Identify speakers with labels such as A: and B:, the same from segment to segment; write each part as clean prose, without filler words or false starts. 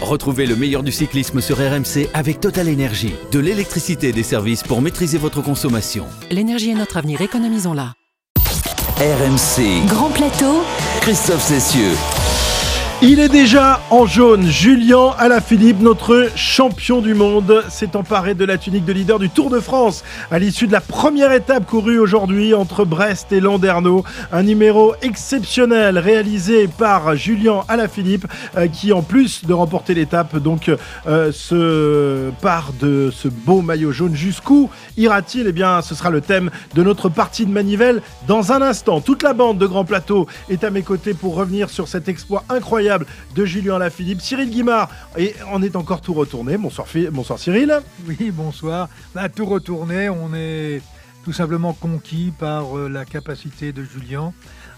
A: Retrouvez le meilleur du cyclisme sur RMC avec Total Énergie. De l'électricité et des services pour maîtriser votre consommation.
B: L'énergie est notre avenir, économisons-la.
A: RMC.
C: Grand Plateau.
A: Christophe Cessieux.
D: Il est déjà en jaune. Julian Alaphilippe, notre champion du monde, s'est emparé de la tunique de leader du Tour de France à l'issue de la première étape courue aujourd'hui entre Brest et Landerneau. Un numéro exceptionnel réalisé par Julian Alaphilippe qui, en plus de remporter l'étape, se part de ce beau maillot jaune. Jusqu'où ira-t-il ? Eh bien, ce sera le thème de notre partie de manivelle dans un instant. Toute la bande de Grand Plateau est à mes côtés pour revenir sur cet exploit incroyable de Julian Alaphilippe. Cyril Guimard on est encore tout retourné. Bonsoir Cyril.
E: Oui, bonsoir. Tout retourné, on est tout simplement conquis par la capacité de Julian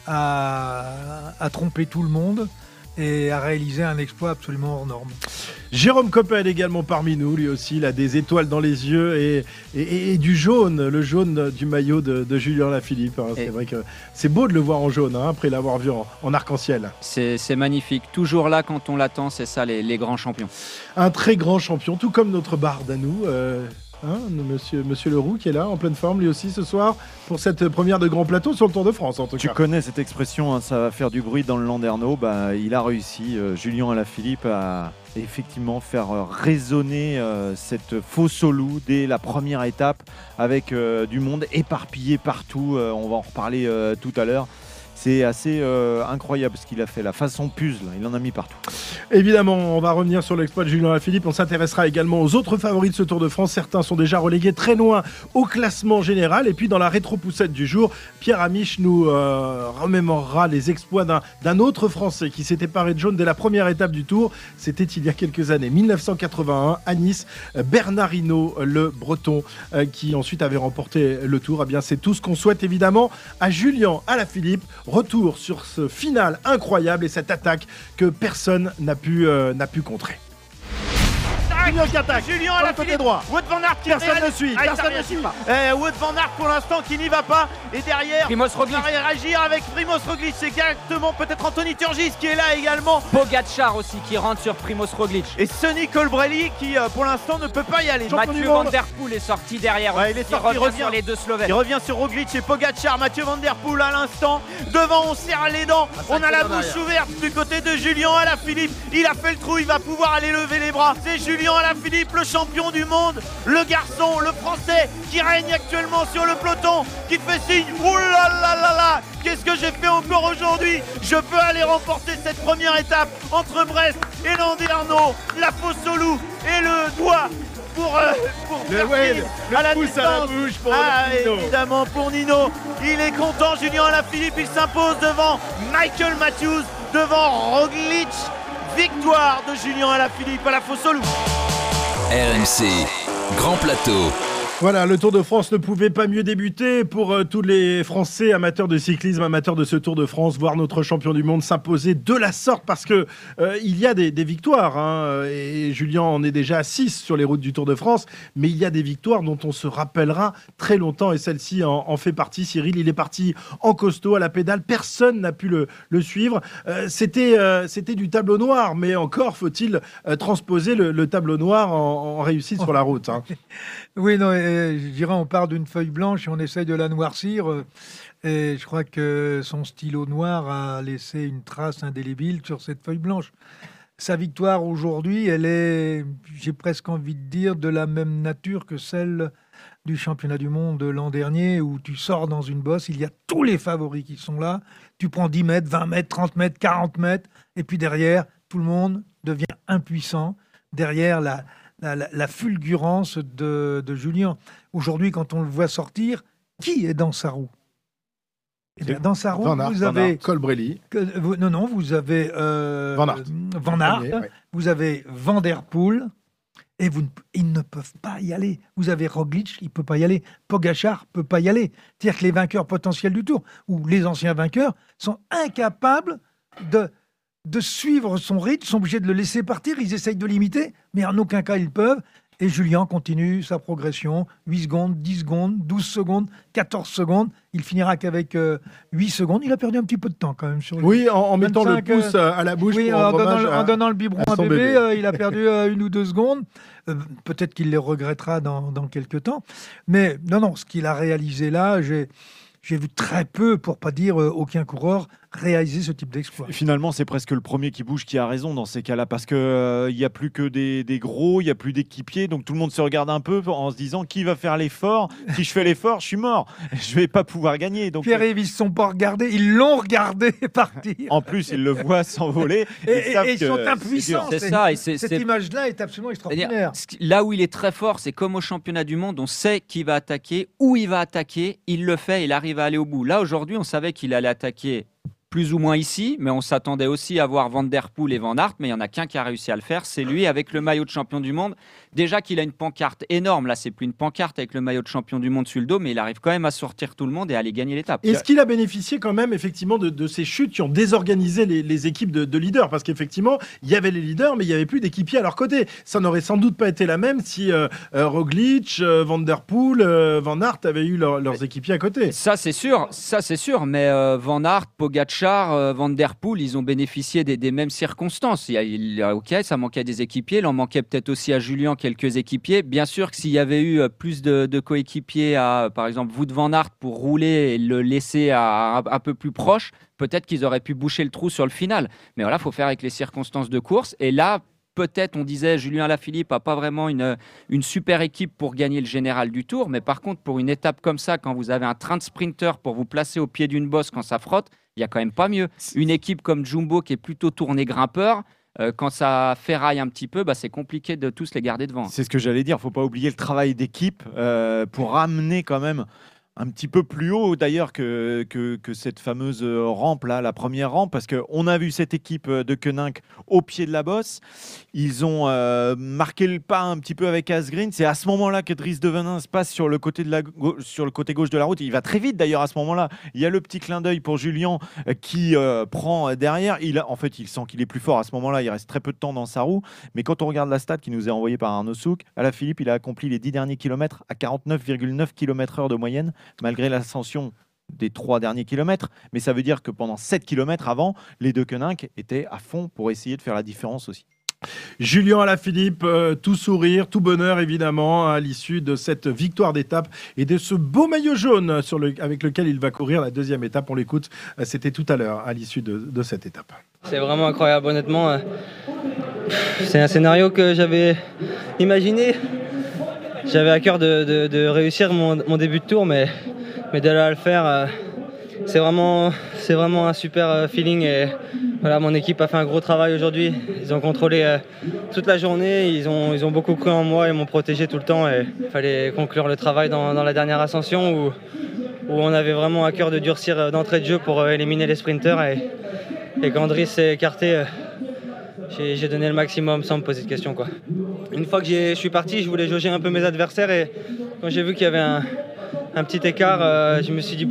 E: à tromper tout le monde et à réaliser un exploit absolument hors norme.
D: Jérôme Coppel également parmi nous, lui aussi, il a des étoiles dans les yeux et du jaune, le jaune du maillot de Julian Alaphilippe. C'est vrai que c'est beau de le voir en jaune, après l'avoir vu en arc-en-ciel.
F: C'est magnifique, toujours là quand on l'attend, c'est ça les grands champions. Un
D: très grand champion, tout comme notre barde à nous. Monsieur Leroux qui est là en pleine forme lui aussi ce soir pour cette première de Grand Plateau sur le Tour de France en tout cas.
G: Tu connais cette expression, ça va faire du bruit dans le Landerneau. Il a réussi, Julian Alaphilippe, à effectivement faire résonner cette fosse au loup dès la première étape avec du monde éparpillé partout. On va en reparler tout à l'heure. C'est assez incroyable ce qu'il a fait, la façon puzzle, il en a mis partout.
D: Évidemment, on va revenir sur l'exploit de Julian Alaphilippe. On s'intéressera également aux autres favoris de ce Tour de France. Certains sont déjà relégués très loin au classement général. Et puis dans la rétro-poussette du jour, Pierre Amiche nous remémorera les exploits d'un autre Français qui s'était paré de jaune dès la première étape du Tour. C'était il y a quelques années, 1981, à Nice. Bernard Hinault, le Breton, qui ensuite avait remporté le Tour. Eh bien, c'est tout ce qu'on souhaite évidemment à Julian Alaphilippe. Retour sur ce final incroyable et cette attaque que personne n'a pu contrer.
H: Julian qui attaque, Julian Alaphilippe, Wout van Aert qui personne ne suit. Wout van Aert pour l'instant qui n'y va pas et derrière
F: Primoz Roglic
H: va réagir avec Primoz Roglic, c'est exactement peut-être Anthony Turgis qui est là également.
F: Pogacar aussi qui rentre sur Primoz Roglic.
H: Et Sonny Colbrelli qui pour l'instant ne peut pas y aller.
F: Mathieu Van Der Poel est sorti derrière.
H: Il est sorti, il revient
F: sur les deux Slovènes.
H: Il revient sur Roglic et Pogacar. Mathieu Van Der Poel à l'instant. Devant on serre les dents. On a la bouche ouverte du côté de Julian Alaphilippe. Il a fait le trou, il va pouvoir aller lever les bras. C'est Julian Alaphilippe, le champion du monde, le garçon, le français qui règne actuellement sur le peloton, qui fait signe, ouh là là là là, qu'est-ce que j'ai fait encore aujourd'hui? Je peux aller remporter cette première étape entre Brest et Landerneau, la fosse au loup et le doigt pour
D: le
H: à la
D: pouce
H: distance.
D: à la bouche pour Nino.
H: Évidemment pour Nino, il est content. Julian Alaphilippe, il s'impose devant Michael Matthews, devant Roglic. Victoire de Julian Alaphilippe à la fosse au loup.
A: RMC, Grand Plateau.
D: Voilà, le Tour de France ne pouvait pas mieux débuter pour tous les Français amateurs de cyclisme, amateurs de ce Tour de France, voir notre champion du monde s'imposer de la sorte parce que il y a des victoires et Julien en est déjà à 6 sur les routes du Tour de France, mais il y a des victoires dont on se rappellera très longtemps et celle-ci en fait partie. Cyril, il est parti en costaud à la pédale, personne n'a pu le suivre. C'était du tableau noir, mais encore faut-il transposer le tableau noir en réussite sur la route.
E: Oui, non, je dirais on part d'une feuille blanche et on essaye de la noircir. Et je crois que son stylo noir a laissé une trace indélébile sur cette feuille blanche. Sa victoire aujourd'hui, elle est, j'ai presque envie de dire, de la même nature que celle du championnat du monde de l'an dernier où tu sors dans une bosse, il y a tous les favoris qui sont là. Tu prends 10 mètres, 20 mètres, 30 mètres, 40 mètres. Et puis derrière, tout le monde devient impuissant. Derrière la fulgurance de Julien. Aujourd'hui, quand on le voit sortir, qui est dans sa roue? Dans sa roue, vous avez
D: Colbrelli.
E: Vous avez Van Aert,
D: ouais.
E: Vous avez Van Der Poel, et ils ne peuvent pas y aller. Vous avez Roglic, il ne peut pas y aller. Pogacar ne peut pas y aller. C'est-à-dire que les vainqueurs potentiels du Tour, ou les anciens vainqueurs, sont incapables de suivre son rythme, sont obligés de le laisser partir, ils essayent de l'imiter, mais en aucun cas ils peuvent. Et Julien continue sa progression, 8 secondes, 10 secondes, 12 secondes, 14 secondes. Il finira qu'avec 8 secondes. Il a perdu un petit peu de temps quand même.
D: Oui, en mettant le pouce à la bouche.
E: Oui,
D: pour
E: en donnant le biberon à bébé. Il a perdu 1 ou 2 secondes. Peut-être qu'il les regrettera dans quelques temps. Mais non, ce qu'il a réalisé là, j'ai vu très peu, pour pas dire aucun coureur, réaliser ce type d'exploit.
G: Finalement, c'est presque le premier qui bouge qui a raison dans ces cas-là, parce qu'il n'y a plus que des gros, il n'y a plus d'équipiers, donc tout le monde se regarde un peu en se disant qui va faire l'effort. Si je fais l'effort, je suis mort, je ne vais pas pouvoir gagner. Donc,
E: Pierre-Yves, ils ne se sont pas regardés, ils l'ont regardé partir.
G: En plus, ils le voient s'envoler.
E: Et ils sont impuissants.
F: C'est ça. Et
E: cette image-là est absolument extraordinaire.
F: Là où il est très fort, c'est comme au championnat du monde, on sait qui va attaquer, où il va attaquer, il le fait, il arrive à aller au bout. Là, aujourd'hui, on savait qu'il allait attaquer plus ou moins ici, mais on s'attendait aussi à voir Van Der Poel et Van Aert, mais il n'y en a qu'un qui a réussi à le faire, c'est lui avec le maillot de champion du monde. Déjà qu'il a une pancarte énorme, là c'est plus une pancarte avec le maillot de champion du monde sur le dos, mais il arrive quand même à sortir tout le monde et à aller gagner l'étape.
D: Est-ce qu'il a bénéficié quand même effectivement de ces chutes qui ont désorganisé les équipes de leaders? Parce qu'effectivement, il y avait les leaders, mais il n'y avait plus d'équipiers à leur côté. Ça n'aurait sans doute pas été la même si Roglic, Van Der Poel, Van Aert avaient eu leurs équipiers à côté.
F: Ça c'est sûr, mais Van Aert, Pogacar, Van Der Poel, ils ont bénéficié des mêmes circonstances. Ok, ça manquait des équipiers, il en manquait peut-être aussi à Julien quelques équipiers. Bien sûr que s'il y avait eu plus de coéquipiers, par exemple Wout van Aert, pour rouler et le laisser un peu plus proche, peut-être qu'ils auraient pu boucher le trou sur le final. Mais voilà, il faut faire avec les circonstances de course. Et là, peut-être, on disait, Julien Alaphilippe n'a pas vraiment une super équipe pour gagner le général du Tour. Mais par contre, pour une étape comme ça, quand vous avez un train de sprinters pour vous placer au pied d'une bosse quand ça frotte, il n'y a quand même pas mieux. Une équipe comme Jumbo qui est plutôt tournée grimpeur, quand ça ferraille un petit peu, c'est compliqué de tous les garder devant.
G: C'est ce que j'allais dire, il ne faut pas oublier le travail d'équipe pour ramener quand même un petit peu plus haut d'ailleurs que cette fameuse rampe là, la première rampe, parce qu'on a vu cette équipe de Koenig au pied de la bosse. Ils ont marqué le pas un petit peu avec Asgreen. C'est à ce moment-là que Dries de Venins se passe sur le côté gauche de la route. Il va très vite d'ailleurs à ce moment-là. Il y a le petit clin d'œil pour Julien qui prend derrière. Il sent qu'il est plus fort à ce moment-là. Il reste très peu de temps dans sa roue. Mais quand on regarde la stat qui nous est envoyée par Arnaud Souk, Alaphilippe, il a accompli les 10 derniers kilomètres à 49,9 km/h de moyenne, malgré l'ascension des 3 derniers kilomètres. Mais ça veut dire que pendant 7 km avant, les deux Koenig étaient à fond pour essayer de faire la différence aussi.
D: Julien Alaphilippe, tout sourire, tout bonheur évidemment à l'issue de cette victoire d'étape et de ce beau maillot jaune avec lequel il va courir la deuxième étape. On l'écoute, c'était tout à l'heure à l'issue de cette étape.
C: C'est vraiment incroyable, honnêtement. C'est un scénario que j'avais imaginé. J'avais à cœur de réussir mon début de tour, mais de là à le faire, c'est vraiment un super feeling. Et voilà, mon équipe a fait un gros travail aujourd'hui. Ils ont contrôlé toute la journée, ils ont beaucoup cru en moi et m'ont protégé tout le temps. Et il fallait conclure le travail dans la dernière ascension où on avait vraiment à cœur de durcir d'entrée de jeu pour éliminer les sprinters. Et quand Dries s'est écarté, j'ai donné le maximum sans me poser de questions, quoi. Une fois que je suis parti, je voulais jauger un peu mes adversaires et quand j'ai vu qu'il y avait un petit écart, je me suis dit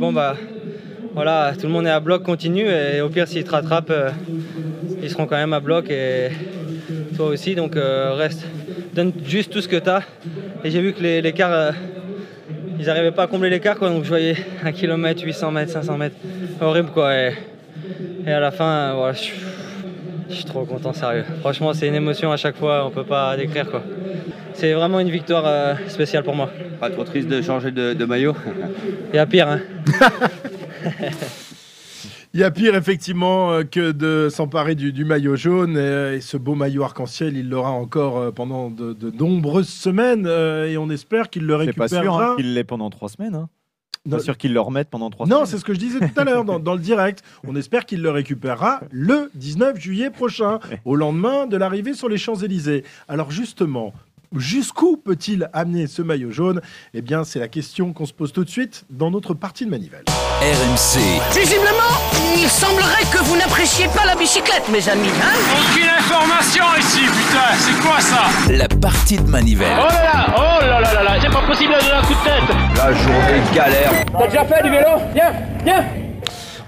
C: voilà, tout le monde est à bloc continu et au pire s'ils te rattrapent, ils seront quand même à bloc et toi aussi, donc reste, donne juste tout ce que tu as. Et j'ai vu que l'écart, ils n'arrivaient pas à combler l'écart, quoi, donc je voyais 1 km, 800 mètres, 500 mètres, horrible quoi. Et à la fin, voilà, je suis trop content, sérieux. Franchement, c'est une émotion à chaque fois, on peut pas décrire, quoi. C'est vraiment une victoire spéciale pour moi.
I: Pas trop triste de changer de maillot?
C: Il y a pire, hein.
D: Il y a pire effectivement que de s'emparer du maillot jaune et ce beau maillot arc-en-ciel, il l'aura encore pendant de nombreuses semaines et on espère qu'il le récupérera.
G: C'est pas sûr qu'il l'ait pendant 3 semaines, hein. Pas sûr qu'ils le remettent pendant 3 semaines.
D: Non, c'est ce que je disais tout à l'heure dans le direct. On espère qu'il le récupérera le 19 juillet prochain, au lendemain de l'arrivée sur les Champs-Élysées. Alors justement, jusqu'où peut-il amener ce maillot jaune? Eh bien, c'est la question qu'on se pose tout de suite dans notre partie de manivelle.
J: RMC.
K: Visiblement, il semblerait que vous n'appréciez pas la bicyclette, mes amis. Hein?
L: Aucune information ici, putain. C'est quoi ça?
J: La partie de manivelle.
M: Oh là là, c'est pas possible de donner un coup de tête.
I: La journée galère.
M: T'as déjà fait du vélo? Viens.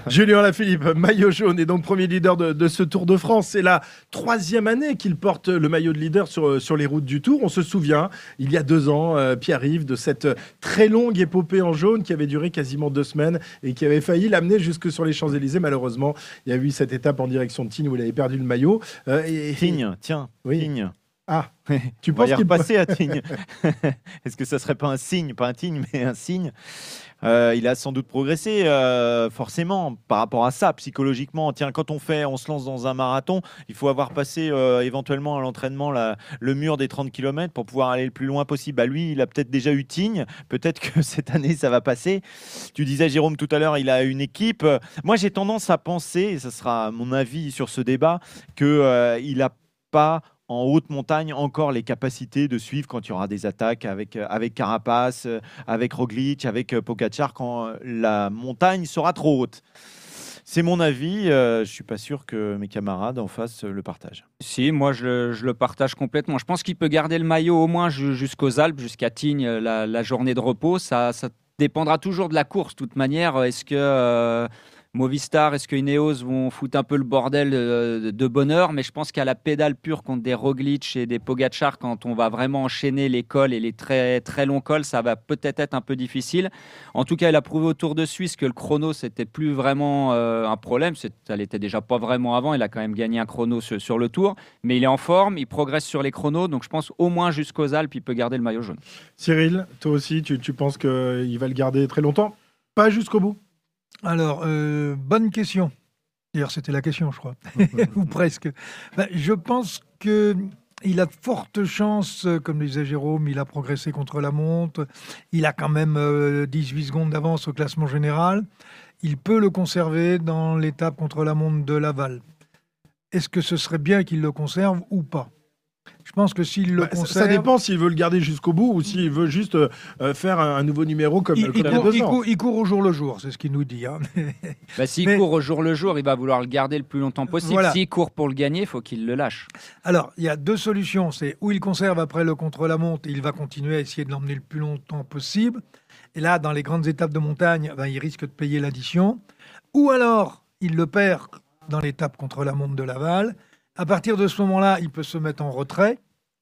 D: Julien Alaphilippe, maillot jaune, est donc premier leader de ce Tour de France. C'est la 3e année qu'il porte le maillot de leader sur les routes du Tour. On se souvient, il y a 2 ans, Pierre-Yves, de cette très longue épopée en jaune qui avait duré quasiment 2 semaines et qui avait failli l'amener jusque sur les Champs-Élysées. Malheureusement, il y a eu cette étape en direction de Tignes où il avait perdu le maillot.
G: Tignes, tiens,
D: oui.
G: Tignes.
D: Ah,
G: tu penses qu'il passer à Tignes. Est-ce que ça serait pas un signe, pas un Tignes, mais un signe? Il a sans doute progressé, forcément, par rapport à ça, psychologiquement. Tiens, quand on se lance dans un marathon, il faut avoir passé éventuellement à l'entraînement le mur des 30 km pour pouvoir aller le plus loin possible. Bah, lui, il a peut-être déjà eu Tignes. Peut-être que cette année, ça va passer. Tu disais, Jérôme, tout à l'heure, il a une équipe. Moi, j'ai tendance à penser, et ça sera mon avis sur ce débat, qu'il n'a pas en haute montagne encore les capacités de suivre quand il y aura des attaques avec Carapace, avec Roglic, avec Pogačar, quand la montagne sera trop haute. C'est mon avis, je ne suis pas sûr que mes camarades en face le partagent.
F: Si, moi je le partage complètement. Je pense qu'il peut garder le maillot au moins jusqu'aux Alpes, jusqu'à Tignes, la journée de repos. Ça dépendra toujours de la course, de toute manière. Est-ce que Movistar, est-ce que Ineos vont foutre un peu le bordel de bonne heure? Mais je pense qu'à la pédale pure contre des Roglic et des Pogačar, quand on va vraiment enchaîner les cols et les très, très longs cols, ça va peut-être être un peu difficile. En tout cas, il a prouvé au Tour de Suisse que le chrono, c'était plus vraiment un problème. Ça l'était déjà pas vraiment avant. Il a quand même gagné un chrono sur le Tour. Mais il est en forme, il progresse sur les chronos. Donc je pense au moins jusqu'aux Alpes, il peut garder le maillot jaune.
D: Cyril, toi aussi, tu penses qu'il va le garder très longtemps? Pas jusqu'au bout?
E: Alors, bonne question. D'ailleurs, c'était la question, je crois. Ou presque. Je pense qu'il a de fortes chances, comme le disait Jérôme, il a progressé contre la montre. Il a quand même 18 secondes d'avance au classement général. Il peut le conserver dans l'étape contre la montre de Laval. Est-ce que ce serait bien qu'il le conserve ou pas? Je pense que s'il le conserve...
D: Ça dépend s'il veut le garder jusqu'au bout ou s'il veut juste faire un nouveau numéro comme il
E: court au jour le jour, c'est ce qu'il nous dit. Hein.
F: S'il court au jour le jour, il va vouloir le garder le plus longtemps possible. Voilà. S'il court pour le gagner, il faut qu'il le lâche.
E: Alors, il y a 2 solutions. C'est où il conserve après le contre-la-montre et il va continuer à essayer de l'emmener le plus longtemps possible. Et là, dans les grandes étapes de montagne, il risque de payer l'addition. Ou alors, il le perd dans l'étape contre la montre de Laval. À partir de ce moment-là, il peut se mettre en retrait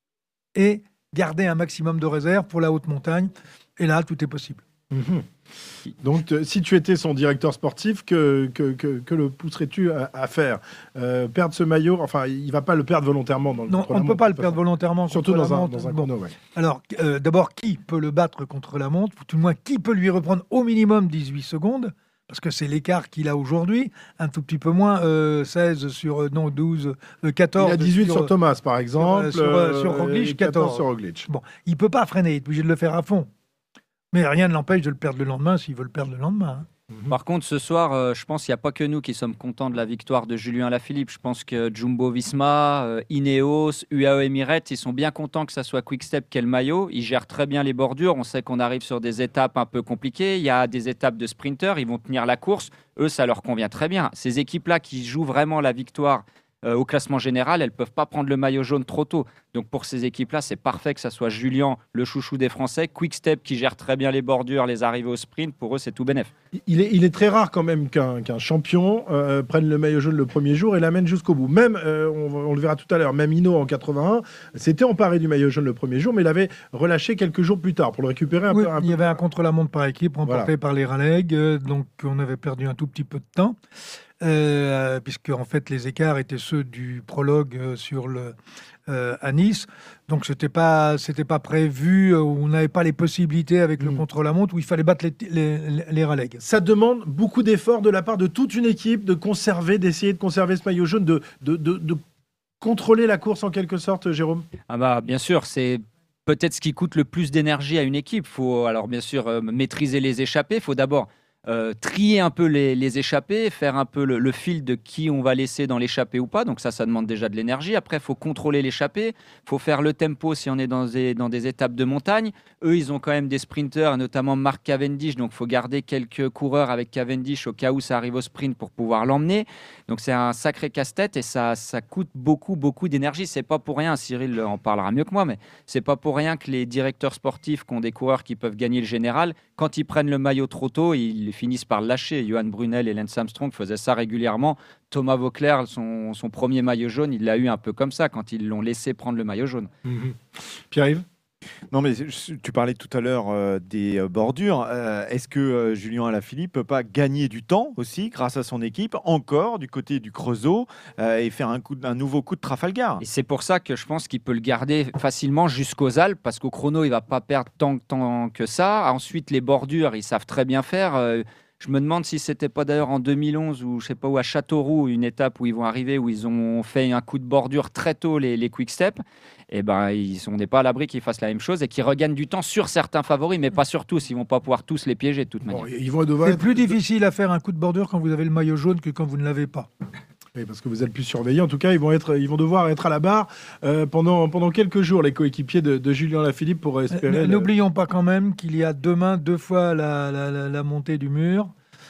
E: et garder un maximum de réserve pour la haute montagne. Et là, tout est possible.
D: Mmh. Donc, si tu étais son directeur sportif, que le pousserais-tu à faire? Perdre ce maillot, enfin, il ne va pas le perdre volontairement.
E: Non, on ne peut pas le perdre volontairement.
D: Surtout dans un chrono, ouais.
E: Alors, d'abord, qui peut le battre contre la montre? Ou tout le moins, qui peut lui reprendre au minimum 18 secondes? Parce que c'est l'écart qu'il a aujourd'hui, un tout petit peu moins, 12, 14.
D: Il a 18 sur Thomas, par exemple.
E: Sur Roglic, 14
D: sur Roglic.
E: Bon, il ne peut pas freiner, il est obligé de le faire à fond. Mais rien ne l'empêche de le perdre le lendemain s'il veut le perdre le lendemain. Hein.
F: Par contre, ce soir, je pense qu'il n'y a pas que nous qui sommes contents de la victoire de Julien Alaphilippe. Je pense que Jumbo-Visma, Ineos, UAE Emirates, ils sont bien contents que ça soit Quick-Step qui ait le maillot. Ils gèrent très bien les bordures. On sait qu'on arrive sur des étapes un peu compliquées. Il y a des étapes de sprinters. Ils vont tenir la course. Eux, ça leur convient très bien. Ces équipes-là qui jouent vraiment la victoire au classement général, elles ne peuvent pas prendre le maillot jaune trop tôt. Donc pour ces équipes-là, c'est parfait que ça soit Julien, le chouchou des Français, Quick-Step qui gère très bien les bordures, les arrivées au sprint. Pour eux, c'est tout bénef.
D: Il est très rare quand même qu'un champion prenne le maillot jaune le premier jour et l'amène jusqu'au bout. Même, on le verra tout à l'heure, même Hinault en 81 s'était emparé du maillot jaune le premier jour, mais il avait relâché quelques jours plus tard pour le récupérer un peu.
E: Il y avait un contre-la-montre par équipe remporté par les Raleigh, donc on avait perdu un tout petit peu de temps. Puisque en fait les écarts étaient ceux du prologue à Nice, donc c'était pas prévu, on n'avait pas les possibilités avec le contre-la-montre où il fallait battre les Raleigh.
D: Ça demande beaucoup d'efforts de la part de toute une équipe d'essayer de conserver ce maillot jaune, de contrôler la course en quelque sorte, Jérôme.
F: Bien sûr, c'est peut-être ce qui coûte le plus d'énergie à une équipe. Il faut alors bien sûr maîtriser les échappées, il faut d'abord trier un peu les échappées, faire un peu le fil de qui on va laisser dans l'échappée ou pas. Donc ça demande déjà de l'énergie. Après, il faut contrôler l'échappée. Il faut faire le tempo si on est dans des étapes de montagne. Eux, ils ont quand même des sprinters, notamment Mark Cavendish. Donc il faut garder quelques coureurs avec Cavendish au cas où ça arrive au sprint pour pouvoir l'emmener. Donc c'est un sacré casse-tête et ça coûte beaucoup, beaucoup d'énergie. C'est pas pour rien, Cyril en parlera mieux que moi, mais c'est pas pour rien que les directeurs sportifs qui ont des coureurs qui peuvent gagner le général, quand ils prennent le maillot trop tôt, ils finissent par lâcher. Johan Brunel et Lance Armstrong faisaient ça régulièrement. Thomas Vauclair, son premier maillot jaune, il l'a eu un peu comme ça quand ils l'ont laissé prendre le maillot jaune.
D: Pierre-Yves ?
G: Non, mais tu parlais tout à l'heure des bordures. Est-ce que Julien Alaphilippe peut pas gagner du temps aussi grâce à son équipe, encore du côté du Creusot, et faire un nouveau coup de Trafalgar?
F: Et c'est pour ça que je pense qu'il peut le garder facilement jusqu'aux Alpes, parce qu'au chrono, il va pas perdre tant que ça. Ensuite, les bordures, ils savent très bien faire. Je me demande si c'était pas d'ailleurs en 2011 ou je sais pas où à Châteauroux, une étape où ils vont arriver, où ils ont fait un coup de bordure très tôt, les quick step. Et ben on n'est pas à l'abri qu'ils fassent la même chose et qu'ils regagnent du temps sur certains favoris, mais pas sur tous. Ils vont pas pouvoir tous les piéger de toute manière.
E: C'est plus difficile à faire un coup de bordure quand vous avez le maillot jaune que quand vous ne l'avez pas.
D: Oui, parce que vous êtes plus surveillés. En tout cas, ils vont devoir être à la barre pendant quelques jours, les coéquipiers de Julien Alaphilippe, pour espérer.
E: N'oublions pas quand même qu'il y a demain 2 fois la montée du mur.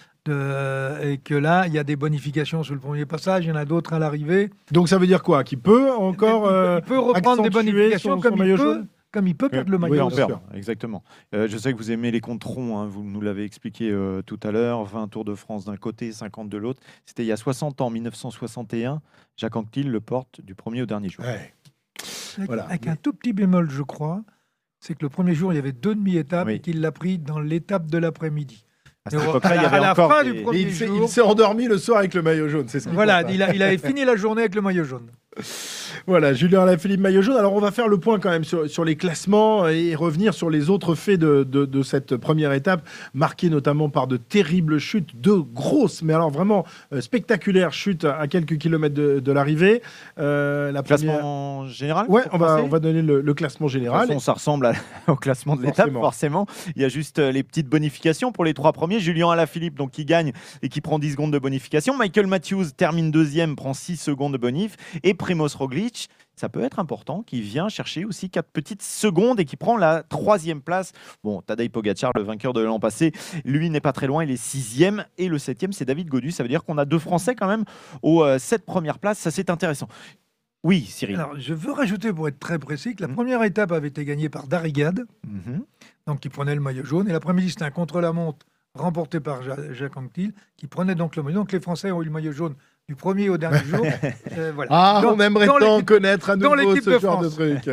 E: Et que là, il y a des bonifications sur le premier passage, il y en a d'autres à l'arrivée.
D: Donc ça veut dire quoi? Qu'il peut encore
E: il peut reprendre des bonifications comme il peut perdre le maillot.
G: Oui, exactement. Je sais que vous aimez les controns, hein, vous nous l'avez expliqué tout à l'heure, 20 Tours de France d'un côté, 50 de l'autre. C'était il y a 60 ans, 1961. Jacques Anquetil le porte du premier au dernier jour.
D: Ouais.
E: Avec un tout petit bémol, je crois, c'est que le premier jour, il y avait 2 demi-étapes et qu'il l'a pris dans l'étape de l'après-midi.
G: À la
E: fin du premier jour,
D: il s'est endormi le soir avec le maillot jaune. C'est ce
E: voilà, il avait fini la journée avec le maillot jaune.
D: Voilà, Julien Alaphilippe, maillot jaune. Alors, on va faire le point quand même sur les classements et revenir sur les autres faits de cette première étape, marquée notamment par de terribles chutes, 2 grosses, mais alors vraiment spectaculaires chutes à quelques kilomètres de l'arrivée.
G: Classement général?
D: Ouais, on va donner le classement général.
G: De toute façon, ça ressemble au classement de l'étape, forcément. Il y a juste les petites bonifications pour les 3 premiers. Julien Alaphilippe, donc, qui gagne et qui prend 10 secondes de bonification. Michael Matthews termine 2e, prend 6 secondes de bonif. Et Primoz Roglic, ça peut être important, qui vient chercher aussi 4 petites secondes et qui prend la 3e place. Bon, Tadej Pogačar, le vainqueur de l'an passé, lui n'est pas très loin, il est 6e. Et le 7e, c'est David Gaudu. Ça veut dire qu'on a 2 Français quand même aux 7 premières places. Ça, c'est intéressant. Oui, Cyril.
E: Alors, je veux rajouter, pour être très précis, que la première étape avait été gagnée par Darrigade, donc qui prenait le maillot jaune. Et l'après-midi, c'était un contre-la-montre remporté par Jacques Anquetil, qui prenait donc le maillot. Donc les Français ont eu le maillot jaune du premier au dernier jour.
D: Voilà. On aimerait tant connaître à nouveau ce genre de truc.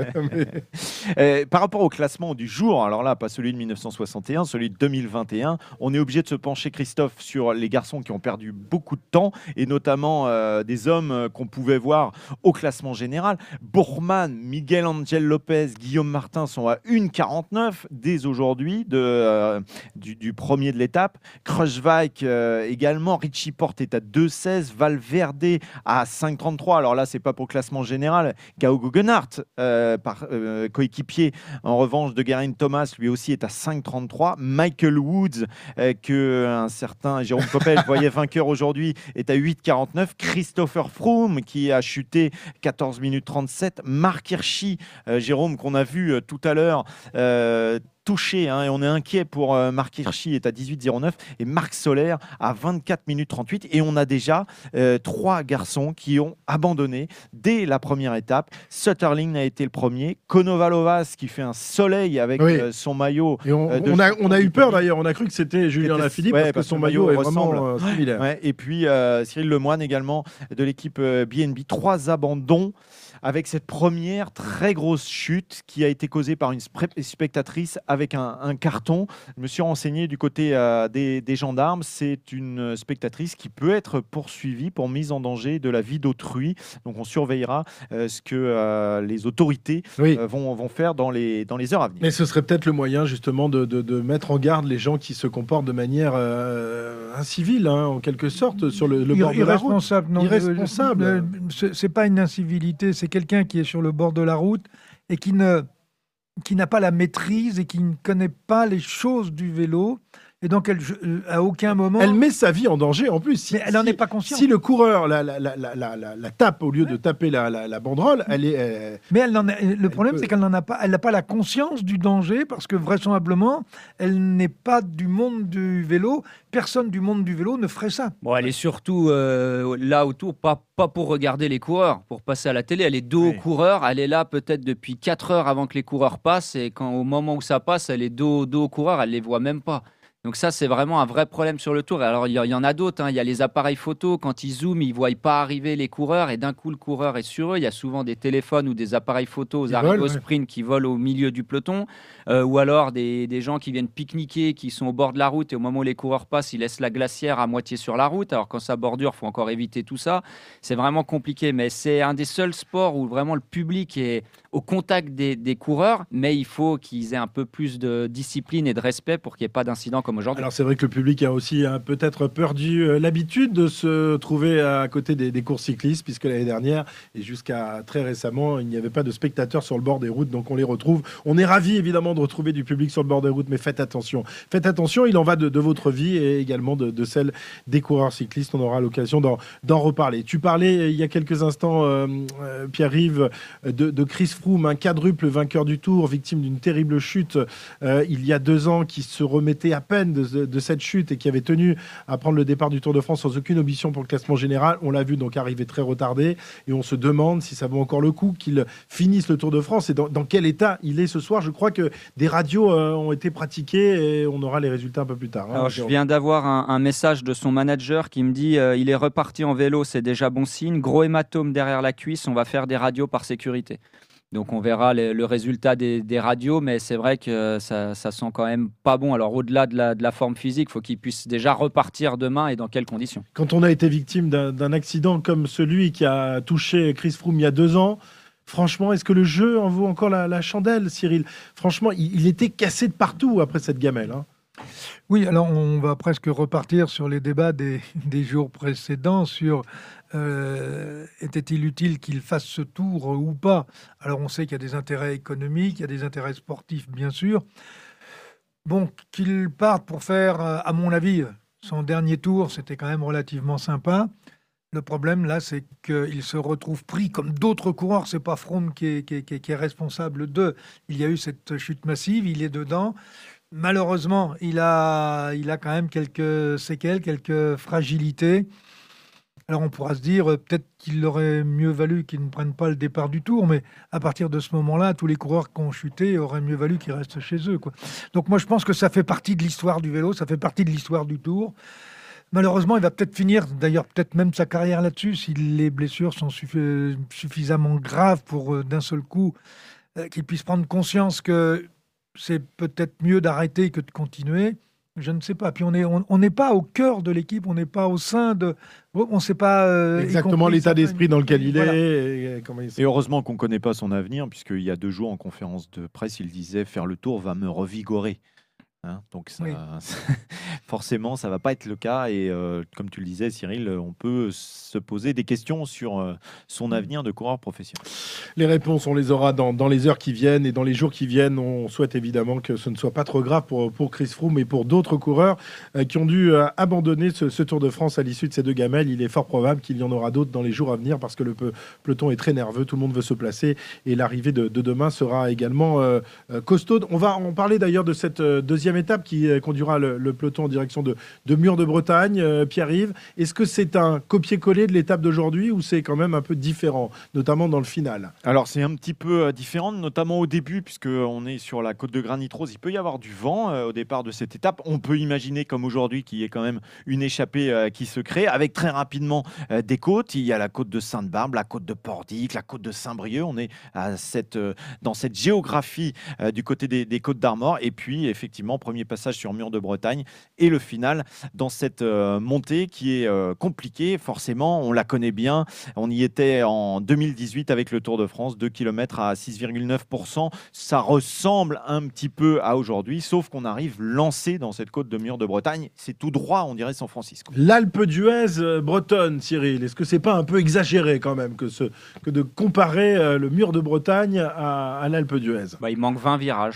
G: Par rapport au classement du jour, alors là, pas celui de 1961, celui de 2021, on est obligé de se pencher, Christophe, sur les garçons qui ont perdu beaucoup de temps, et notamment des hommes qu'on pouvait voir au classement général. Bourman, Miguel Angel Lopez, Guillaume Martin sont à 1,49 dès aujourd'hui du premier de l'étape. Kruijswijk également, Richie Porte est à 2,16, Valverde à 5,33. Alors là, c'est pas pour classement général. Gao Guggenhardt, coéquipier en revanche de Geraint Thomas, lui aussi est à 5,33. Michael Woods, que un certain Jérôme Coppel voyait vainqueur aujourd'hui, est à 8,49. Christopher Froome, qui a chuté 14 minutes 37. Marc Hirschi, Jérôme, qu'on a vu tout à l'heure, touché, et on est inquiet pour Marc Hirschi, est à 18,09, et Marc Soler à 24 minutes 38, et on a déjà 3 garçons qui ont abandonné dès la première étape. Sutterling a été le premier, Konovalovas qui fait un soleil avec son maillot.
D: Et on a eu peur d'ailleurs, on a cru que c'était Julien Alaphilippe parce que son maillot est vraiment similaire.
G: Et puis Cyril Lemoine également de l'équipe BNB, 3 abandons avec cette première très grosse chute qui a été causée par une spectatrice avec un carton. Je me suis renseigné du côté des gendarmes. C'est une spectatrice qui peut être poursuivie pour mise en danger de la vie d'autrui. Donc on surveillera ce que les autorités vont faire dans les heures à venir.
D: Mais ce serait peut-être le moyen justement de mettre en garde les gens qui se comportent de manière incivile, en quelque sorte, sur le bord de la route.
E: Irresponsable. C'est pas une incivilité, c'est quelqu'un qui est sur le bord de la route et qui n'a pas la maîtrise et qui ne connaît pas les choses du vélo. Et donc, à aucun moment...
D: Elle met sa vie en danger, en plus.
E: Mais elle n'en est pas consciente.
D: Si le coureur la tape, au lieu de taper la banderole, elle est...
E: Mais le problème, c'est qu'elle n'a pas la conscience du danger, parce que vraisemblablement, elle n'est pas du monde du vélo. Personne du monde du vélo ne ferait ça.
F: Bon, elle est surtout là autour, pas pour regarder les coureurs, pour passer à la télé. Elle est dos aux coureurs. Elle est là peut-être depuis 4 heures avant que les coureurs passent. Et au moment où ça passe, elle est dos aux coureurs. Elle ne les voit même pas. Donc ça, c'est vraiment un vrai problème sur le Tour. Alors, il y en a d'autres. Il y a les appareils photo. Quand ils zooment, ils ne voient pas arriver les coureurs. Et d'un coup, le coureur est sur eux. Il y a souvent des téléphones ou des appareils photo aux arrivées au sprint qui volent au milieu du peloton. Ou alors des gens qui viennent pique-niquer, qui sont au bord de la route. Et au moment où les coureurs passent, ils laissent la glacière à moitié sur la route. Alors, quand ça bordure, il faut encore éviter tout ça. C'est vraiment compliqué. Mais c'est un des seuls sports où vraiment le public est au contact des coureurs. Mais il faut qu'ils aient un peu plus de discipline et de respect pour qu'il n'y ait pas d'incident comme aujourd'hui.
D: Alors c'est vrai que le public a aussi peut-être perdu l'habitude de se trouver à côté des courses cyclistes, puisque l'année dernière et jusqu'à très récemment, il n'y avait pas de spectateurs sur le bord des routes, donc on les retrouve. On est ravis évidemment de retrouver du public sur le bord des routes, mais faites attention, il en va de votre vie et également de celle des coureurs cyclistes. On aura l'occasion d'en reparler. Tu parlais il y a quelques instants, Pierre-Yves, de Chris Froome, un quadruple vainqueur du Tour, victime d'une terrible chute il y a 2 ans, qui se remettait à peine de cette chute et qui avait tenu à prendre le départ du Tour de France sans aucune ambition pour le classement général. On l'a vu donc arriver très retardé et on se demande si ça vaut encore le coup qu'il finisse le Tour de France et dans quel état il est ce soir. Je crois que des radios ont été pratiquées et on aura les résultats un peu plus tard.
F: Alors, je viens d'avoir un message de son manager qui me dit il est reparti en vélo, c'est déjà bon signe. Gros hématome derrière la cuisse, on va faire des radios par sécurité. Donc on verra le résultat des radios, mais c'est vrai que ça sent quand même pas bon. Alors au-delà de la forme physique, il faut qu'il puisse déjà repartir demain et dans quelles conditions.
D: Quand on a été victime d'un accident comme celui qui a touché Chris Froome il y a 2 ans, franchement, est-ce que le jeu en vaut encore la chandelle, Cyril ? Franchement, il était cassé de partout après cette gamelle.
E: Oui, alors on va presque repartir sur les débats des jours précédents sur était-il utile qu'il fasse ce tour ou pas. Alors on sait qu'il y a des intérêts économiques, il y a des intérêts sportifs bien sûr. Bon, qu'il parte pour faire, à mon avis, son dernier tour, c'était quand même relativement sympa. Le problème là, c'est qu'il se retrouve pris comme d'autres coureurs. C'est pas Froome qui est responsable d'eux. Il y a eu cette chute massive, il est dedans. Malheureusement, il a quand même quelques séquelles, quelques fragilités. Alors on pourra se dire peut-être qu'il aurait mieux valu qu'il ne prenne pas le départ du Tour, mais à partir de ce moment-là, tous les coureurs qui ont chuté auraient mieux valu qu'ils restent chez eux, quoi. Donc moi je pense que ça fait partie de l'histoire du vélo, ça fait partie de l'histoire du Tour. Malheureusement, il va peut-être finir, d'ailleurs peut-être même sa carrière là-dessus, si les blessures sont suffisamment graves pour d'un seul coup qu'il puisse prendre conscience que c'est peut-être mieux d'arrêter que de continuer. Je ne sais pas. Puis on n'est pas au cœur de l'équipe, on n'est pas au sein de... On ne sait pas...
D: exactement l'état d'esprit dans lequel il
E: voilà.
D: est.
G: Et heureusement qu'on ne connaît pas son avenir, puisqu'il y a 2 jours en conférence de presse, il disait « faire le Tour va me revigorer ». Donc ça, oui. Forcément, ça ne va pas être le cas. Et comme tu le disais, Cyril, on peut se poser des questions sur son avenir de coureur professionnel.
D: Les réponses, on les aura dans les heures qui viennent et dans les jours qui viennent. On souhaite évidemment que ce ne soit pas trop grave pour Chris Froome et pour d'autres coureurs qui ont dû abandonner ce Tour de France à l'issue de ces 2 gamelles. Il est fort probable qu'il y en aura d'autres dans les jours à venir parce que le peloton est très nerveux, tout le monde veut se placer et l'arrivée de demain sera également costaude. On va en parler d'ailleurs de cette deuxième étape qui conduira le peloton en direction de Mur de Bretagne. Pierre-Yves, est-ce que c'est un copier-coller de l'étape d'aujourd'hui ou c'est quand même un peu différent, notamment dans le final ?
G: Alors c'est un petit peu différent, notamment au début, puisqu'on est sur la côte de Granit Rose. Il peut y avoir du vent au départ de cette étape. On peut imaginer, comme aujourd'hui, qu'il y ait quand même une échappée qui se crée, avec très rapidement des côtes. Il y a la côte de Sainte-Barbe, la côte de Pordic, la côte de Saint-Brieuc. On est dans cette géographie du côté des côtes d'Armor. Et puis, effectivement, premier passage sur Mur de Bretagne et le final dans cette montée qui est compliquée. Forcément, on la connaît bien. On y était en 2018 avec le Tour de France, 2 km à 6,9%. Ça ressemble un petit peu à aujourd'hui, sauf qu'on arrive lancé dans cette côte de Mur de Bretagne. C'est tout droit, on dirait San Francisco.
D: L'Alpe d'Huez bretonne, Cyril, est-ce que c'est pas un peu exagéré quand même que de comparer le Mur de Bretagne à l'Alpe d'Huez ?
F: Il manque 20 virages.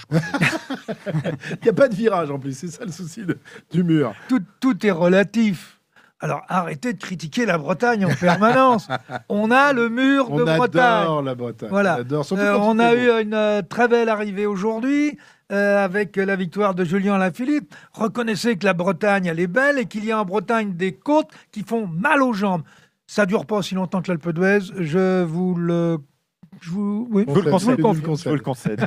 D: Il n'y a pas de virage en plus, c'est ça le souci du mur.
E: Tout est relatif. Alors arrêtez de critiquer la Bretagne en permanence. On a le Mur de Bretagne.
D: On adore la Bretagne.
E: Voilà. On a eu une très belle arrivée aujourd'hui avec la victoire de Julien Alaphilippe. Reconnaissez que la Bretagne, elle est belle et qu'il y a en Bretagne des côtes qui font mal aux jambes. Ça ne dure pas aussi longtemps que l'Alpe d'Huez, je vous le Oui,
G: vous le concède.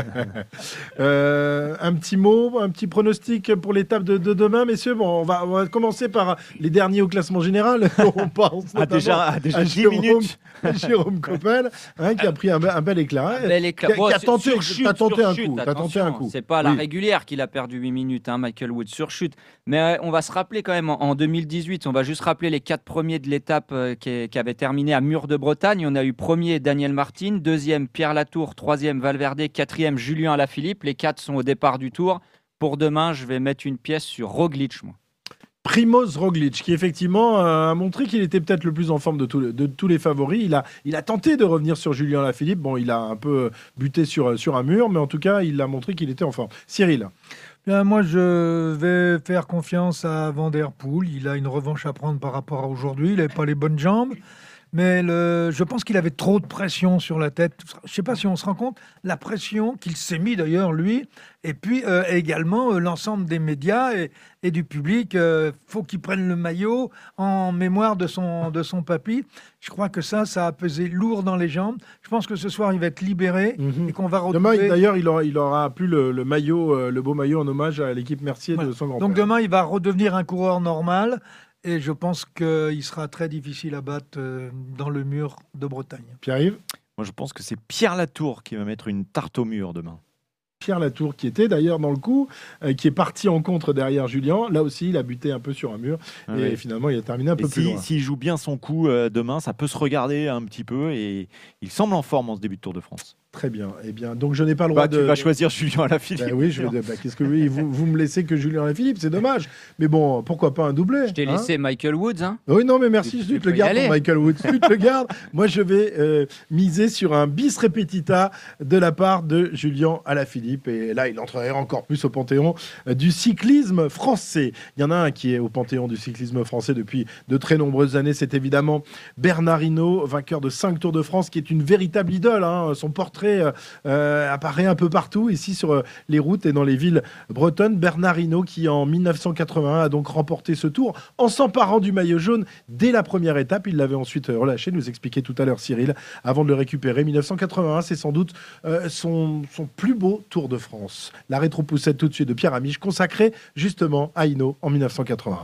D: Un petit mot, un petit pronostic pour l'étape de demain, messieurs. Bon, on va commencer par les derniers au classement général. On pense
G: déjà
D: à
G: 10
D: Jérôme,
G: minutes.
D: Jérôme Coppel, qui a pris un bel éclat.
F: Bon,
D: qui a tenté,
F: surchute,
D: t'as tenté un coup.
F: Attention, c'est pas à la régulière qu'il a perdu 8 minutes, Michael Woods, surchute. Mais on va se rappeler quand même, en 2018, on va juste rappeler les 4 premiers de l'étape qui avait terminé à Mur de Bretagne. On a eu premier Daniel Martin, deuxième Pierre Latour, troisième Valverde, quatrième Julien Alaphilippe. Les 4 sont au départ du Tour. Pour demain, je vais mettre une pièce sur Roglic, moi.
D: Primoz Roglic, qui effectivement a montré qu'il était peut-être le plus en forme de tous les favoris. Il a tenté de revenir sur Julien Alaphilippe. Bon, il a un peu buté sur un mur, mais en tout cas, il a montré qu'il était en forme. Cyril.
E: Bien, moi, je vais faire confiance à Van Der Poel. Il a une revanche à prendre par rapport à aujourd'hui. Il n'avait pas les bonnes jambes. Mais je pense qu'il avait trop de pression sur la tête. Je ne sais pas si on se rend compte, la pression qu'il s'est mis d'ailleurs, lui, et puis également l'ensemble des médias et du public. Faut qu'il prenne le maillot en mémoire de son papy. Je crois que ça a pesé lourd dans les jambes. Je pense que ce soir, il va être libéré et qu'on va retrouver...
D: Demain, d'ailleurs, il aura plus le maillot, le beau maillot en hommage à l'équipe Mercier de son grand-père.
E: Donc demain, il va redevenir un coureur normal. Et je pense qu'il sera très difficile à battre dans le mur de Bretagne.
D: Pierre-Yves ?
G: Moi, je pense que c'est Pierre Latour qui va mettre une tarte au mur demain.
D: Pierre Latour, qui était d'ailleurs dans le coup, qui est parti en contre derrière Julien. Là aussi, il a buté un peu sur un mur. Et finalement, il a terminé un peu plus loin.
G: S'il joue bien son coup demain, ça peut se regarder un petit peu. Et il semble en forme en ce début de Tour de France.
D: Très bien. Eh bien, donc je n'ai pas le droit de...
G: Tu vas choisir Julien Alaphilippe.
D: Oui, qu'est-ce que vous me laissez que Julien Alaphilippe, c'est dommage. Mais bon, pourquoi pas un doublé ?
F: Je t'ai laissé Michael Woods.
D: Oui, non, mais merci, je te le garde pour Michael Woods. Tu te le gardes. Moi, je vais miser sur un bis repetita de la part de Julien Alaphilippe. Et là, il entrerait encore plus au panthéon du cyclisme français. Il y en a un qui est au panthéon du cyclisme français depuis de très nombreuses années. C'est évidemment Bernard Hinault, vainqueur de 5 Tours de France, qui est une véritable idole. Son portrait apparaît un peu partout ici sur les routes et dans les villes bretonnes. Bernard Hinault qui en 1981 a donc remporté ce tour en s'emparant du maillot jaune dès la première étape. Il l'avait ensuite relâché, nous expliquait tout à l'heure Cyril, avant de le récupérer. 1981, c'est sans doute son plus beau Tour de France. La rétro-poussette tout de suite de Pierre Amiche, consacrée justement à Hinault en 1981.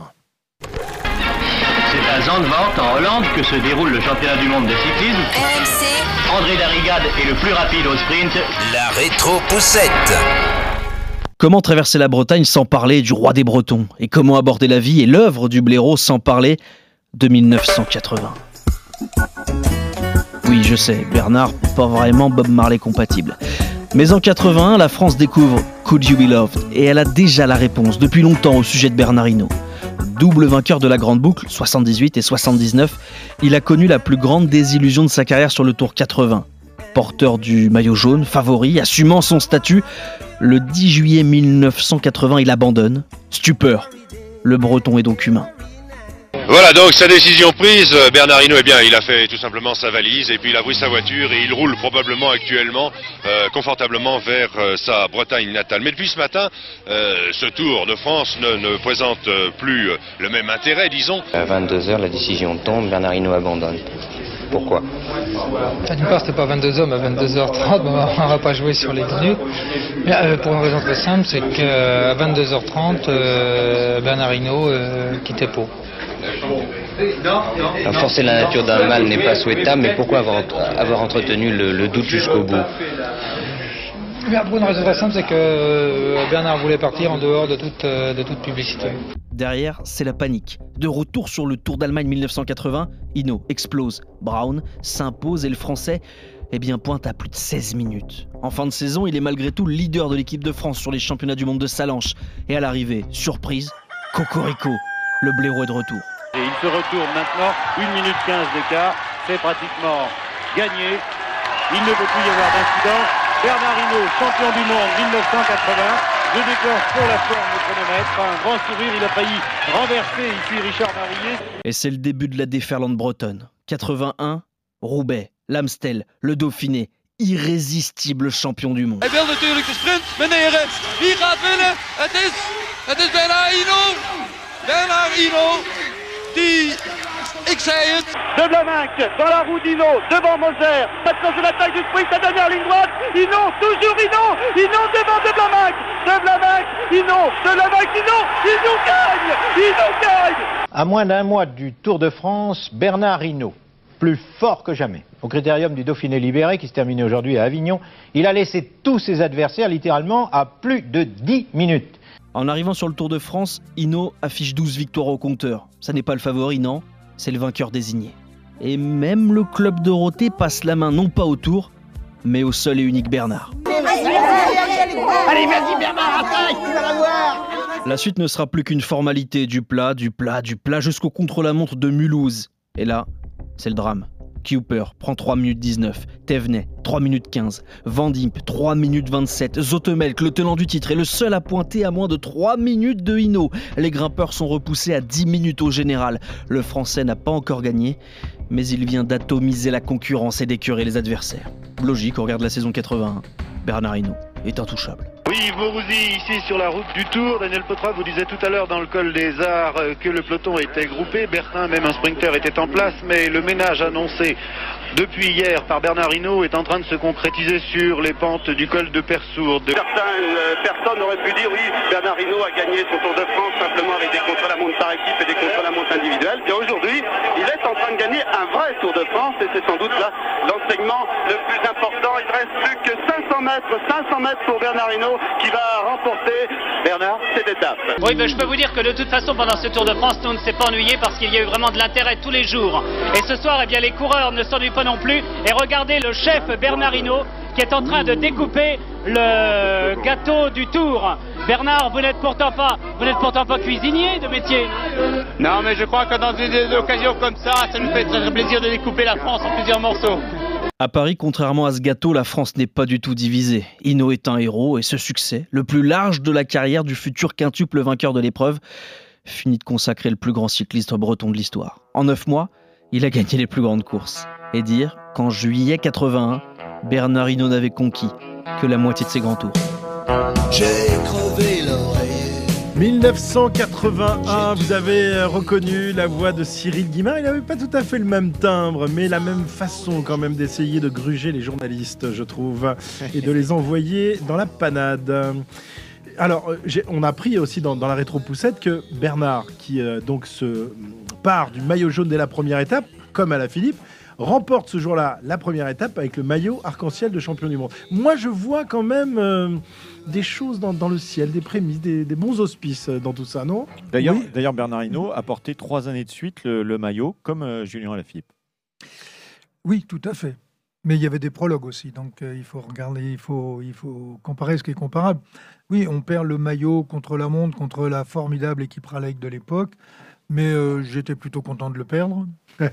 M: C'est à Zandvoort, en Hollande, que se déroule le championnat du monde de cyclisme.
N: RMC.
M: André Darrigade est le plus rapide au sprint.
J: La rétro-poussette.
O: Comment traverser la Bretagne sans parler du roi des Bretons ? Et comment aborder la vie et l'œuvre du blaireau sans parler de 1980 ? Oui, je sais, Bernard, pas vraiment Bob Marley compatible. Mais en 81, la France découvre Could You Be Loved ? Et elle a déjà la réponse depuis longtemps au sujet de Bernard Hinault. Double vainqueur de la Grande Boucle, 78 et 79, il a connu la plus grande désillusion de sa carrière sur le Tour 80. Porteur du maillot jaune, favori, assumant son statut, le 10 juillet 1980, il abandonne. Stupeur. Le Breton est donc humain.
P: Voilà donc sa décision prise, Bernard Hinault, il a fait tout simplement sa valise et puis il a pris sa voiture et il roule probablement actuellement confortablement vers sa Bretagne natale. Mais depuis ce matin, ce Tour de France ne présente plus le même intérêt, disons.
Q: À 22h, la décision tombe, Bernard Hinault abandonne. Pourquoi ?
R: D'une part, c'était pas 22h, mais 22h30, on va pas jouer sur les minutes. Mais, pour une raison très simple, c'est qu'à 22h30, Bernard Hinault quittait Pau.
Q: Alors, forcer la nature d'un mal n'est pas souhaitable, mais pourquoi avoir entretenu le doute jusqu'au bout ?
R: Pour une raison très simple, c'est que Bernard voulait partir en dehors de toute publicité.
O: Derrière, c'est la panique. De retour sur le Tour d'Allemagne 1980, Hinault explose. Brown s'impose et le Français pointe à plus de 16 minutes. En fin de saison, il est malgré tout le leader de l'équipe de France sur les championnats du monde de Sallanches. Et à l'arrivée, surprise, cocorico, le blaireau est de retour.
S: Et il se retourne maintenant, 1 minute 15 d'écart, c'est pratiquement gagné. Il ne peut plus y avoir d'incident. Bernard Hinault, champion du monde 1980, je déclenche pour la forme le chronomètre, un grand sourire, il a failli renverser ici Richard Marillier.
O: Et c'est le début de la déferlante bretonne. 81, Roubaix, l'Amstel, le Dauphiné, irrésistible champion du monde.
T: Hij wil natuurlijk de sprint, meneer. Wie gaat winnen? Het is Bernard Hinault. Bernard Hinault die ik zei het.
S: De Blamac dans la roue d'Hino, devant Moser. Maintenant c'est l'attaque du sprint, la dernière ligne droite. Hino, toujours Hino devant De Blamac, Hino gagne.
N: À moins d'un mois du Tour de France, Bernard Hinault, plus fort que jamais. Au critérium du Dauphiné libéré qui se terminait aujourd'hui à Avignon, il a laissé tous ses adversaires littéralement à plus de 10 minutes.
O: En arrivant sur le Tour de France, Hinault affiche 12 victoires au compteur. Ça n'est pas le favori, non, c'est le vainqueur désigné. Et même le club Dorothée passe la main non pas au Tour, mais au seul et unique Bernard.
K: Allez, vas-y Bernard, attaque, tu vas la voir.
O: La suite ne sera plus qu'une formalité, du plat jusqu'au contre-la-montre de Mulhouse. Et là, c'est le drame. Cooper prend 3 minutes 19, Thévenet 3 minutes 15, Van Impe 3 minutes 27, Zotemelk, le tenant du titre, est le seul à pointer à moins de 3 minutes de Hinault. Les grimpeurs sont repoussés à 10 minutes au général. Le Français n'a pas encore gagné, mais il vient d'atomiser la concurrence et d'écurer les adversaires. Logique, on regarde la saison 81, Bernard Hinault est intouchable.
U: Oui, Mourouzi, ici sur la route du Tour. Daniel Potra vous disait tout à l'heure dans le col des Arts que le peloton était groupé. Bertin, même un sprinter, était en place, mais le ménage annoncé depuis hier par Bernard Hinault est en train de se concrétiser sur les pentes du col de Persourde.
S: Certaines personnes auraient pu dire oui, Bernard Hinault a gagné son Tour de France simplement avec des contre-la-montre par équipe et des contre-la-montre individuels. Et aujourd'hui, il est en train de gagner un vrai Tour de France et c'est sans doute là l'enseignement le plus important. Il ne reste plus que 500 mètres pour Bernard Hinault qui va remporter, Bernard, cette étape.
V: Oui, je peux vous dire que de toute façon, pendant ce Tour de France, nous ne s'est pas ennuyé parce qu'il y a eu vraiment de l'intérêt tous les jours. Et ce soir, eh bien, les coureurs ne s'ennuient pas non plus. Et regardez le chef Bernard Hinault qui est en train de découper le gâteau du Tour. Bernard, vous n'êtes pourtant pas cuisinier de métier.
U: Non, mais je crois que dans des occasions comme ça nous fait très plaisir de découper la France en plusieurs morceaux.
O: À Paris, contrairement à ce gâteau, la France n'est pas du tout divisée. Hinault est un héros et ce succès, le plus large de la carrière du futur quintuple vainqueur de l'épreuve, finit de consacrer le plus grand cycliste breton de l'histoire. En 9 mois, il a gagné les plus grandes courses. Et dire qu'en juillet 81, Bernard Hinault n'avait conquis que la moitié de ses grands tours.
W: J'ai crevé l'oreiller.
D: 1981, vous avez reconnu la voix de Cyril Guimard. Il n'avait pas tout à fait le même timbre, mais la même façon quand même d'essayer de gruger les journalistes, je trouve, et de les envoyer dans la panade. Alors, on a appris aussi dans la rétro-poussette que Bernard, qui donc se part du maillot jaune dès la première étape, comme Alaphilippe, remporte ce jour-là la première étape avec le maillot arc-en-ciel de champion du monde. Moi, je vois quand même des choses dans le ciel, des prémices, des bons auspices dans tout ça, non ?
G: D'ailleurs, Bernard Hinault a porté 3 années de suite le maillot, comme Julien Alaphilippe.
E: Oui, tout à fait. Mais il y avait des prologues aussi, donc il faut regarder, il faut comparer ce qui est comparable. Oui, on perd le maillot contre la montre, contre la formidable équipe Raleigh de l'époque, mais j'étais plutôt content de le perdre.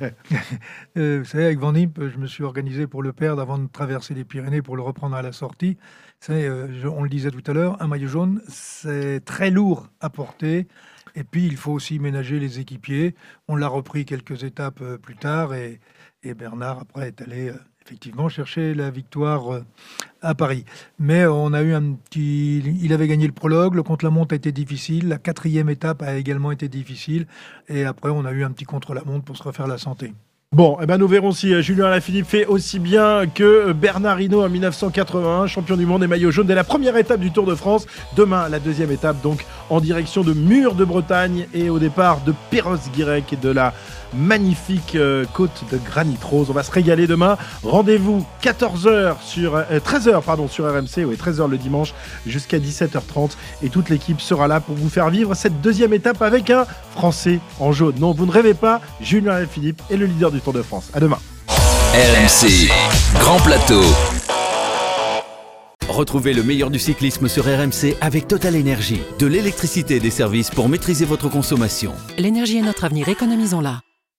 E: Vous savez, avec Van Impe, je me suis organisé pour le perdre avant de traverser les Pyrénées pour le reprendre à la sortie. Vous savez, on le disait tout à l'heure, un maillot jaune, c'est très lourd à porter. Et puis, il faut aussi ménager les équipiers. On l'a repris quelques étapes plus tard et Bernard, après, est allé effectivement chercher la victoire à Paris. Mais on a eu il avait gagné le prologue, le contre-la-montre a été difficile, la 4e étape a également été difficile, et après on a eu un petit contre-la-montre pour se refaire la santé.
D: Bon, nous verrons si Julien Alaphilippe fait aussi bien que Bernard Hinault en 1981, champion du monde et maillot jaune dès la première étape du Tour de France. Demain, la 2e étape, donc en direction de Mur de Bretagne et au départ de Perros-Guirec et de la magnifique côte de Granit Rose. On va se régaler demain. Rendez-vous 13h sur RMC, oui, 13h le dimanche jusqu'à 17h30 et toute l'équipe sera là pour vous faire vivre cette 2e étape avec un Français en jaune. Non, vous ne rêvez pas, Julien Alaphilippe est le leader du Tour de France. À demain.
J: RMC, Grand Plateau.
A: Retrouvez le meilleur du cyclisme sur RMC avec Total Énergie. De l'électricité et des services pour maîtriser votre consommation.
B: L'énergie est notre avenir, économisons-la.